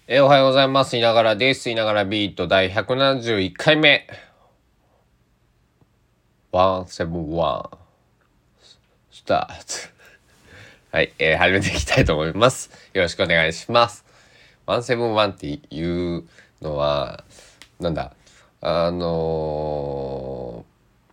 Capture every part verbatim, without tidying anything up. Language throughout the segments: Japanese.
えーおはようございます。いながらです。いながらビートだいひゃくななじゅういっかいめ。ひゃくななじゅういちスタート。はい、えー、始めていきたいと思います。よろしくお願いします。ひゃくななじゅういちっていうのは、なんだ、あの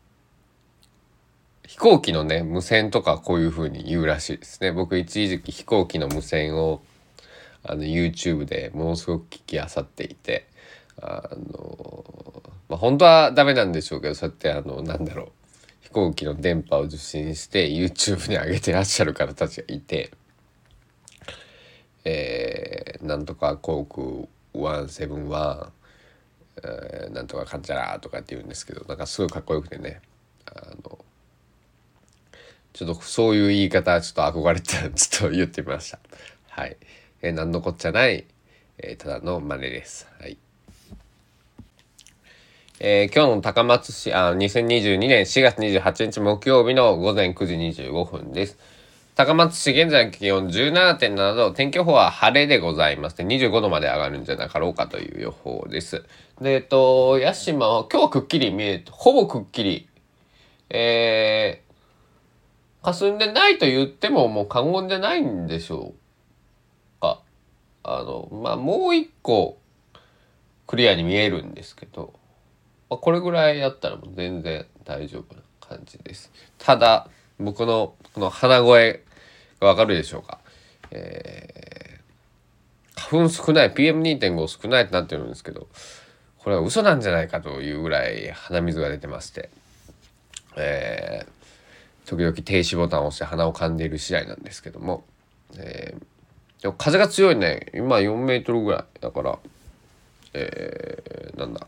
ー飛行機のね、無線とかこういう風に言うらしいですね。僕一時期飛行機の無線をあの YouTube でものすごく聞き漁っていて、あのまあ本当はダメなんでしょうけど、そうやってあのなんだろう、飛行機の電波を受信して YouTube に上げてらっしゃる方たちがいて、えー、なんとか航空ひゃくななじゅういち、えー、なんとかかんちゃらとかって言うんですけど、なんかすごいかっこよくてね、あのちょっとそういう言い方はちょっと憧れてちょっと言ってみました。はい、えー、なんのこっちゃない、えー、ただの真似です。はい。えー今日の高松市、あ、にせんにじゅうにねんしがつにじゅうはちにち木曜日のごぜんくじにじゅうごふんです。高松市現在の気温 じゅうななてんなな 度、天気予報は晴れでございます。にじゅうごどまで上がるんじゃなかろうかという予報です。で、えっと、屋島は今日はくっきり見えて、ほぼくっきり、えー、霞んでないと言ってももう過言じゃないんでしょうか。あの、まあ、もう一個クリアに見えるんですけど、まあ、これぐらいやったらもう全然大丈夫な感じです。ただ僕のこの鼻声がわかるでしょうか。えー、花粉少ない ピーエムにてんご 少ないってなってるんですけど、これは嘘なんじゃないかというぐらい鼻水が出てまして、えー、時々停止ボタンを押して鼻を噛んでいる次第なんですけども、えーでも風が強いね。今よんメートルぐらいだから、えー、なんだ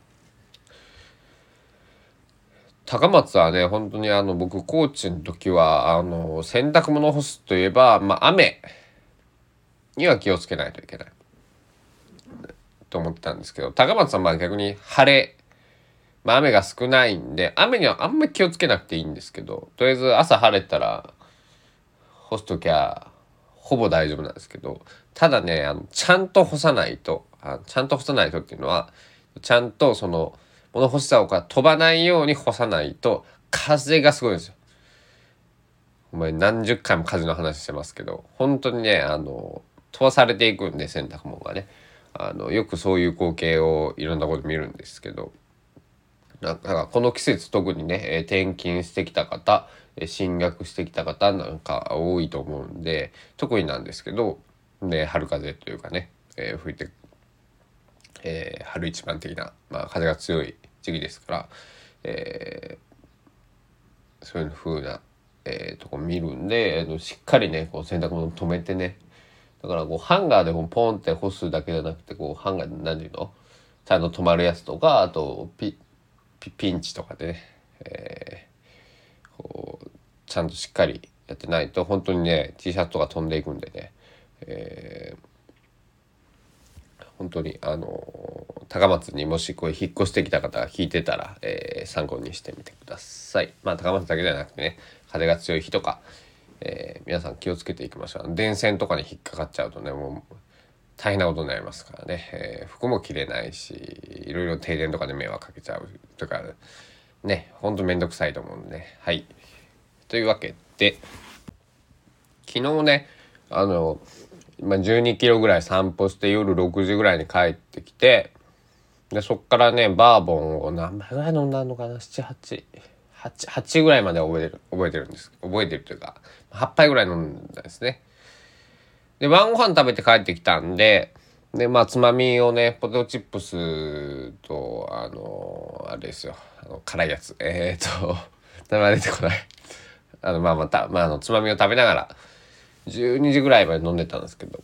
高松はね、本当にあの僕高知の時はあの洗濯物を干すといえば、まあ、雨には気をつけないといけないと思ってたんですけど、高松はまあ逆に晴れ、まあ、雨が少ないんで雨にはあんまり気をつけなくていいんですけど、とりあえず朝晴れたら干すときはほぼ大丈夫なんですけど、ただね、あのちゃんと干さないとあちゃんと干さないとっていうのは、ちゃんとその物干し竿が飛ばないように干さないと風がすごいんですよ。お前何十回も風の話してますけど、本当にね、あの飛ばされていくんで、洗濯物がね、あのよくそういう光景をいろんなこと見るんですけど、なんかこの季節特にね、えー転勤してきた方、えー進学してきた方なんか多いと思うんで、特になんですけど、ね、春風というかね、えー吹いて、えー春一番的な、まあ、風が強い時期ですから、えーそういう風な、えーとこ見るんで、えーしっかりねこう洗濯物止めてね、だからこうハンガーでこうポンって干すだけじゃなくて、こうハンガーで何ていうのちゃんと止まるやつとか、あとピピピンチとかでね、えーこうちゃんとしっかりやってないと本当にね T シャツとか飛んでいくんでね、えー本当にあの高松にもしこう引っ越してきた方が聞いてたら、えー参考にしてみてください。まあ高松だけじゃなくてね、風が強い日とか、えー皆さん気をつけていきましょう。電線とかに引っかかっちゃうとね、もう大変なことになりますからね、えー服も着れないし、いろいろ停電とかで迷惑かけちゃうとかね、ほんとめんどくさいと思うんでね。はい、というわけで昨日ね、あのまあ、じゅうにキロぐらい散歩して夜ろくじぐらいに帰ってきて、でそっからねバーボンを何杯ぐらい飲んだのかな、なな、はち、はち、はちぐらいまで覚えてる覚えてるんです覚えてるというかはっぱいぐらい飲んだんですね。で晩ご飯食べて帰ってきたんで、でまあつまみをねポテトチップスとあのあれですよ、あの辛いやつ、えー、っと名前出てこないあのまあまた、まあ、あのつまみを食べながらじゅうにじぐらいまで飲んでたんですけど、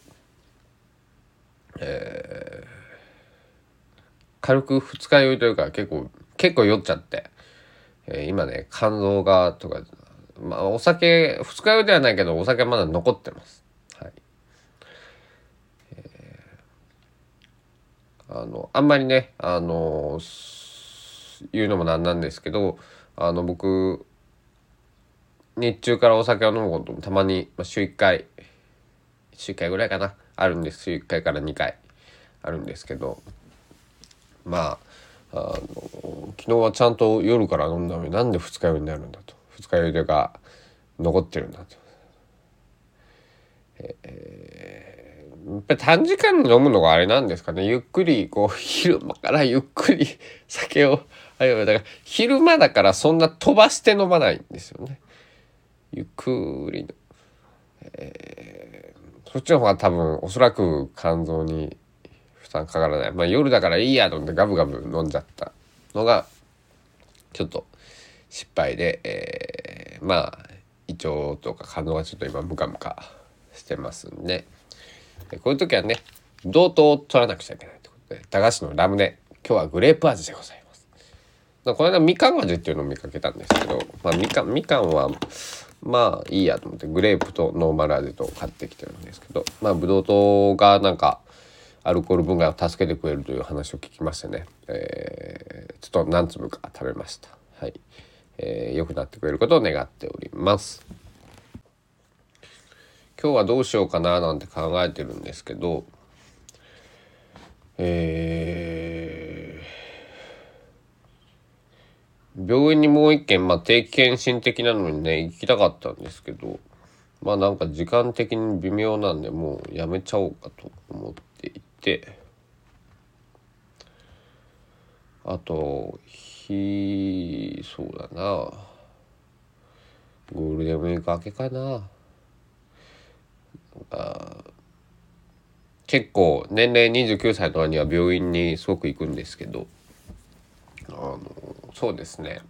軽く二日酔いというか結構結構酔っちゃって、えー今ね肝臓がとか、まあお酒二日酔いではないけどお酒はまだ残ってます。はい、あのあんまりねあの言うのもなんなんですけど、あの僕日中からお酒を飲むこともたまに、まあ、週いっかい週いっかいぐらいかなあるんです。週いっかいからにかいあるんですけど、まあ、あの昨日はちゃんと夜から飲んだのになんで二日酔いになるんだと、二日酔いが残ってるんだと、えー、やっぱり短時間飲むのがあれなんですかね。ゆっくりこう昼間からゆっくり酒をあれだから昼間だからそんな飛ばして飲まないんですよね。ゆっくり、えー、そっちの方が多分おそらく肝臓に負担かからない。まあ夜だからいいやと思ってガブガブ飲んじゃったのがちょっと失敗で、えー、まあ胃腸とか肝臓がちょっと今ムカムカしてますんで、こういう時はねブドウ糖を取らなくちゃいけないということで、駄菓子のラムネ今日はグレープ味でございます。この間みかん味っていうのを見かけたんですけど、まあ、みかんみかんはまあいいやと思ってグレープとノーマル味と買ってきてるんですけど、まあブドウ糖がなんかアルコール分解を助けてくれるという話を聞きましてね、えー、ちょっと何粒か食べました。はい、えー、良くなってくれることを願っております。今日はどうしようかななんて考えてるんですけど、えー、病院にもう一軒、まあ、定期検診的なのにね行きたかったんですけど、まあなんか時間的に微妙なんでもうやめちゃおうかと思っていて、あと日そうだなゴールデンウィーク明けかな。あ結構年齢にじゅうきゅうさいとかには病院にすごく行くんですけど、あのそうですね、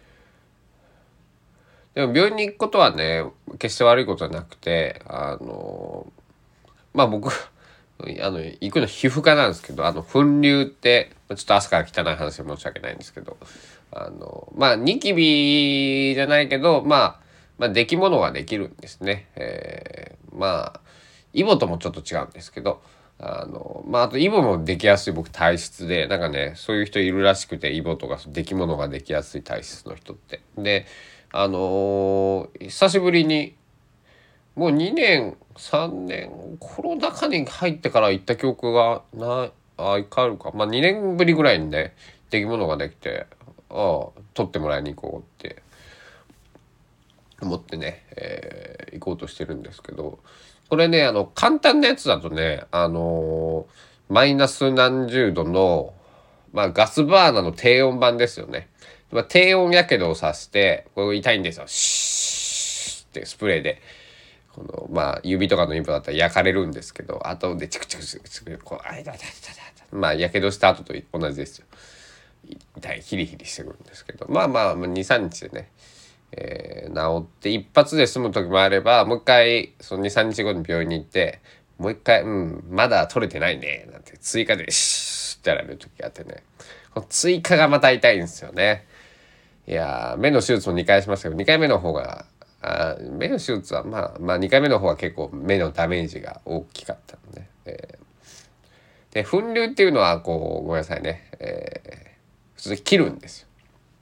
でも病院に行くことはね決して悪いことはなくて、あのまあ僕あの行くの皮膚科なんですけど、あの粉瘤ってちょっと朝から汚い話で申し訳ないんですけど、あのまあニキビじゃないけど、まあ、まあできものができるんですね。えー、まあイボともちょっと違うんですけど、あのまああとイボもできやすい僕体質で、なんかねそういう人いるらしくて、イボとかできものができやすい体質の人ってで、あのー久しぶりにもうにねんさんねんコロナ禍に入ってから行った記憶がない、あいかるか、まあにねんぶりぐらいにね出来物ができて、ああ取ってもらいに行こうって思ってね、えー行こうとしてるんですけど、これねあの簡単なやつだとね、あのーマイナス何十度の、まあ、ガスバーナーの低温版ですよね。まあ、低温やけどをさしてこれ痛いんですよ。シーってスプレーで。このまあ指とかのインプだったら焼かれるんですけど、後でチクチクチクチクこうあいだだだだだまあやけどした後と同じですよ。痛いヒリヒリしてくるんですけど、まあまあにさんにちでね、えー、治って一発で済む時もあれば、もう一回そのにさんにちごに病院に行ってもう一回うんまだ取れてないねなんて追加でシーってやられる時があってね、この追加がまた痛いんですよね。いや目の手術もにかいしましたけど、にかいめの方があ目の手術はまあまあにかいめの方は結構目のダメージが大きかったので、えー、で粉瘤っていうのはこうごめんなさいね、えー、普通に切るんですよ。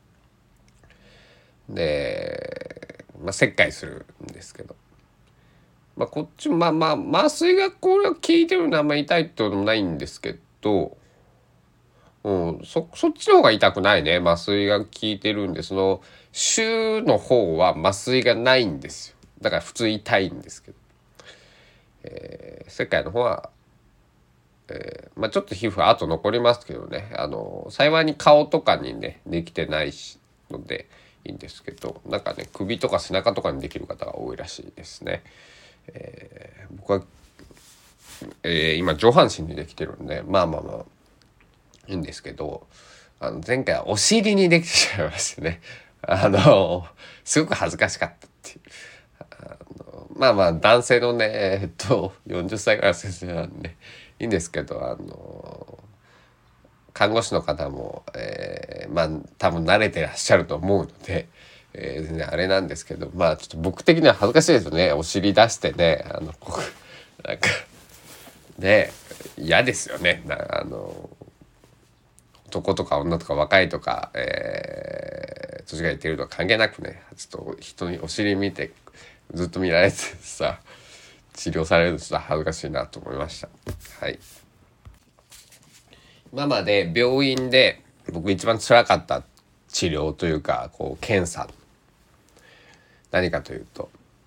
で、まあ、切開するんですけど、まあ、こっちもまあまあ麻酔がこれは効いてるのはあんまり痛いってこともないんですけど、うん、そそっちの方が痛くないね。麻酔が効いてるんで、その週の方は麻酔がないんですよ。だから普通痛いんですけど、えー、切開の方は、えー、まあちょっと皮膚は後残りますけどね、あの幸いに顔とかにねできてないしのでいいんですけど、なんかね首とか背中とかにできる方が多いらしいですね。えー、僕は、えー、今上半身にできてるんでまあまあまあいいんですけど、あの前回はお尻にできてしまいましてね、あのすごく恥ずかしかったっていう、あのまあまあ男性のねえっとよんじゅっさいぐらいの先生なんでいいんですけど、あの看護師の方も、えー、まあ多分慣れてらっしゃると思うので、えー、全然あれなんですけど、まあちょっと僕的には恥ずかしいですよね。お尻出してね、あのこうなんかね嫌ですよね。なあの男とか女とか若いとか、えー、年がいってるとか関係なくね、ちょっと人にお尻見てずっと見られてさ治療されるとちょっと恥ずかしいなと思いました。はい。 今まで病院で僕一番辛かった治療というかこう検査、何かというと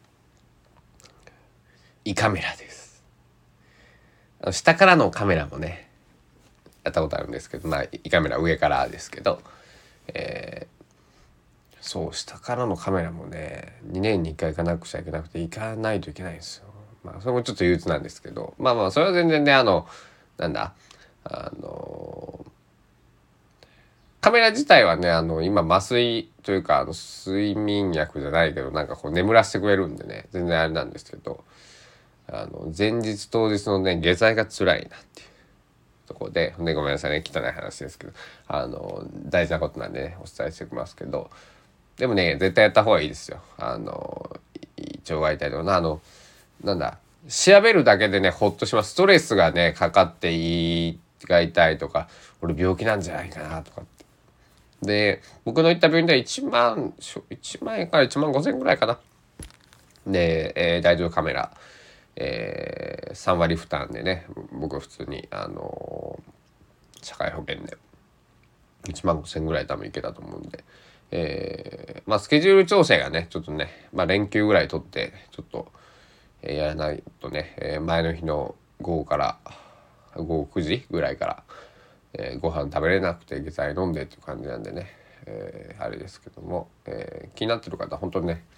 胃カメラです。あの下からのカメラもねやったことあるんですけど、まあ胃カメラ上からですけど、えー、そう下からのカメラもねにねんにいっかい行かなくちゃいけなくて行かないといけないんですよ。まあそれもちょっと憂鬱なんですけど、まあまあそれは全然ねあのなんだあのカメラ自体はねあの今麻酔というかあの睡眠薬じゃないけどなんかこう眠らせてくれるんでね全然あれなんですけど、あの前日当日のね下剤が辛いなっていうところで、ほんでごめんなさいね汚い話ですけど、あの大事なことなんでねお伝えしておきますけど、でもね絶対やった方がいいですよ。あの胃腸が痛いとかなあのなんだ調べるだけでねほっとします。ストレスがねかかって胃が痛いとか俺病気なんじゃないかなとかって。で僕の行った病院ではいちまんいちまん円からいちまんごせん円ぐらいかな。で、えー、大丈夫カメラ、えー、さん割負担でね僕は普通にあのー、社会保険でいちまんごせん円ぐらい多分いけたと思うんで、えー、まあスケジュール調整がねちょっとね、まあ、連休ぐらい取ってちょっと、えー、やらないとね、えー、前の日の午後から午後くじぐらいから、えー、ご飯食べれなくて下剤飲んでっていう感じなんでね、えー、あれですけども、えー、気になってる方本当にね、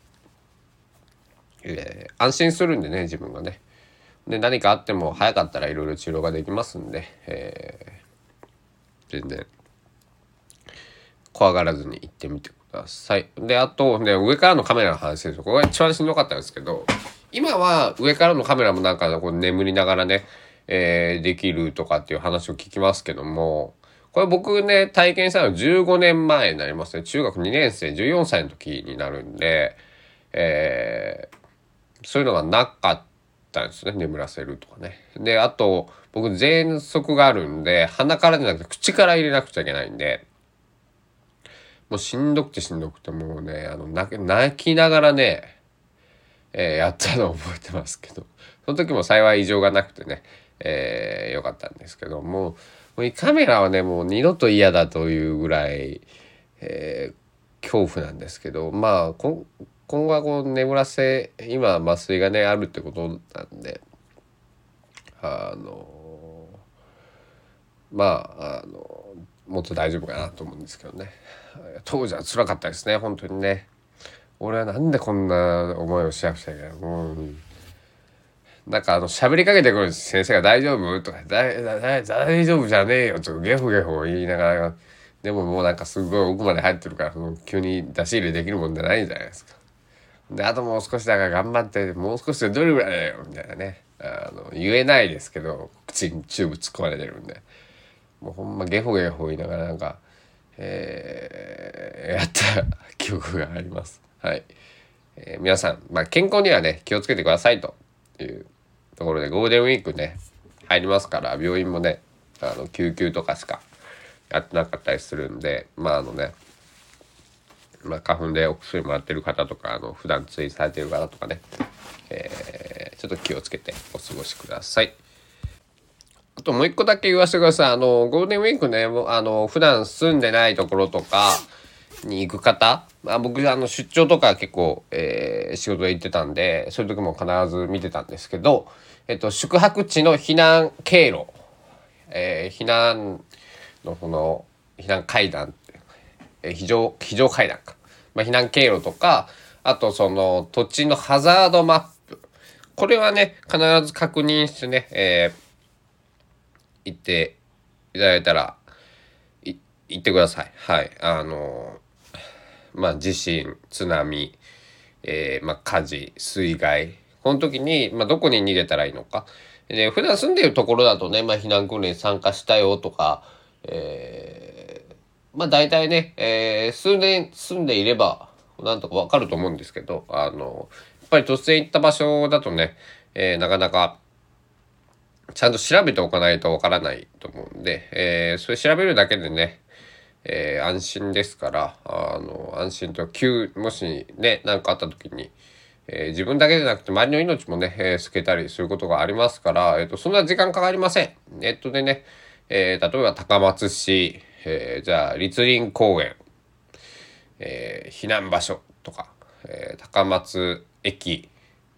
えー、安心するんでね自分がね。で何かあっても早かったらいろいろ治療ができますんで、えー、全然怖がらずに行ってみてください。であとね上からのカメラの話ですよ。これが一番しんどかったんですけど、今は上からのカメラもなんかこう眠りながらね、えー、できるとかっていう話を聞きますけども、これ僕ね体験したのじゅうごねんまえになりますね。中学にねん生じゅうよんさいの時になるんで、えー、そういうのがなかったんですね。眠らせるとかね。であと僕喘息があるんで鼻からじゃなくて口から入れなくちゃいけないんで、もうしんどくてしんどくてもうねあの泣き泣きながらね、えー、やったのを覚えてますけど、その時も幸い異常がなくてね、えー、よかったんですけども、もうカメラはねもう二度と嫌だというぐらい、えー、恐怖なんですけど、まあ今今後はこう眠らせ今麻酔がねあるってことなんで、あのまああのもっと大丈夫かなと思うんですけどね。当時は辛かったですね本当にね。俺はなんでこんな思いをしなくちゃいけないの。もうなんかあの喋りかけてくる先生が大丈夫とか大大大丈夫じゃねえよとかゲホゲホ言いながら、でももうなんかすごい奥まで入ってるからその急に出し入れできるもんじゃないじゃないですか。であともう少しだから頑張ってもう少しでどれぐらいだよみたいなね、あの言えないですけど口にチューブ突っ込まれてるんで、もうほんまゲホゲホ言いながらなんか、えー、やった記憶があります。はい、えー、皆さん、まあ、健康にはね気をつけてくださいというところで、ゴールデンウィークね入りますから病院もねあの救急とかしかやってなかったりするんで、まああのねまあ、花粉でお薬もらってる方とかあの普段通院されてる方とかね、えー、ちょっと気をつけてお過ごしください。あともう一個だけ言わせてください。あのゴールデンウィークねあの普段住んでないところとかに行く方、まあ、僕あの出張とか結構、えー、仕事で行ってたんでそういう時も必ず見てたんですけど、えっと、宿泊地の避難経路、えー、避難のこの避難階段、えー、非常非常階段か、まあ、避難経路とかあとその土地のハザードマップ、これはね必ず確認してね、えー行っていただいたらい行ってください。はい、あのまあ地震、津波、えー、まあ火事、水害、この時にまあどこに逃げたらいいのか。で普段住んでいるところだとね、まあ避難訓練に参加したよとか、えー、まあ大体ね、えー、数年住んでいればなんとかわかると思うんですけど、あのやっぱり突然行った場所だとね、えー、なかなかちゃんと調べておかないとわからないと思うんで、えー、それ調べるだけでね、えー、安心ですから、あの安心と急もしね何かあった時に、えー、自分だけじゃなくて周りの命もね、えー、救けたりすることがありますから、えーと、そんな時間かかりません。ネットでね、 えー、例えば高松市、えー、じゃあ栗林公園、えー、避難場所とか、えー、高松駅、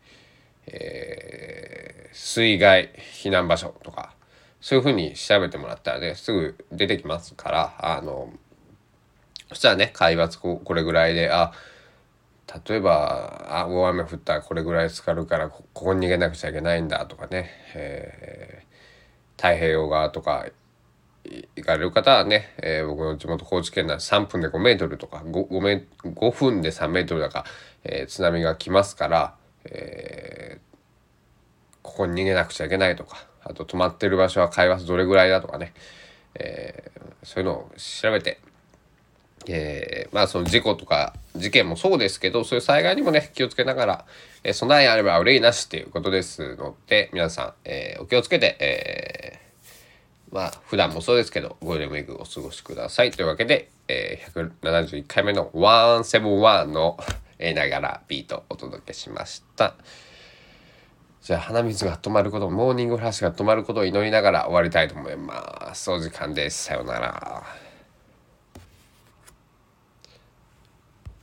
えー、水害避難場所とか、そういうふうに調べてもらったらね、すぐ出てきますから、あのそしたらね、海抜ここれぐらいで、あ、例えばあ大雨降ったらこれぐらい浸かるからこここに逃げなくちゃいけないんだとかね、えー、太平洋側とか行かれる方はね、えー、僕の地元高知県ならさんぷんでごメートルとか 5, 5, メごふんでさんメートルだか、えー、津波が来ますから、えー、ここに逃げなくちゃいけないとか、あと止まってる場所は海抜どれぐらいだとかね、えー、そういうのを調べて、えー、まあその事故とか事件もそうですけど、そういう災害にもね気をつけながら、えー、備えあれば憂いなしっていうことですので、皆さん、えー、お気をつけて、えー、まあ普段もそうですけどゴールデンウィークお過ごしくださいというわけで、えー、ひゃくななじゅういっかいめのひゃくななじゅういちのながらビートをお届けしました。じゃあ鼻水が止まること、モーニングフラッシュが止まることを祈りながら終わりたいと思います。お時間です。さようなら。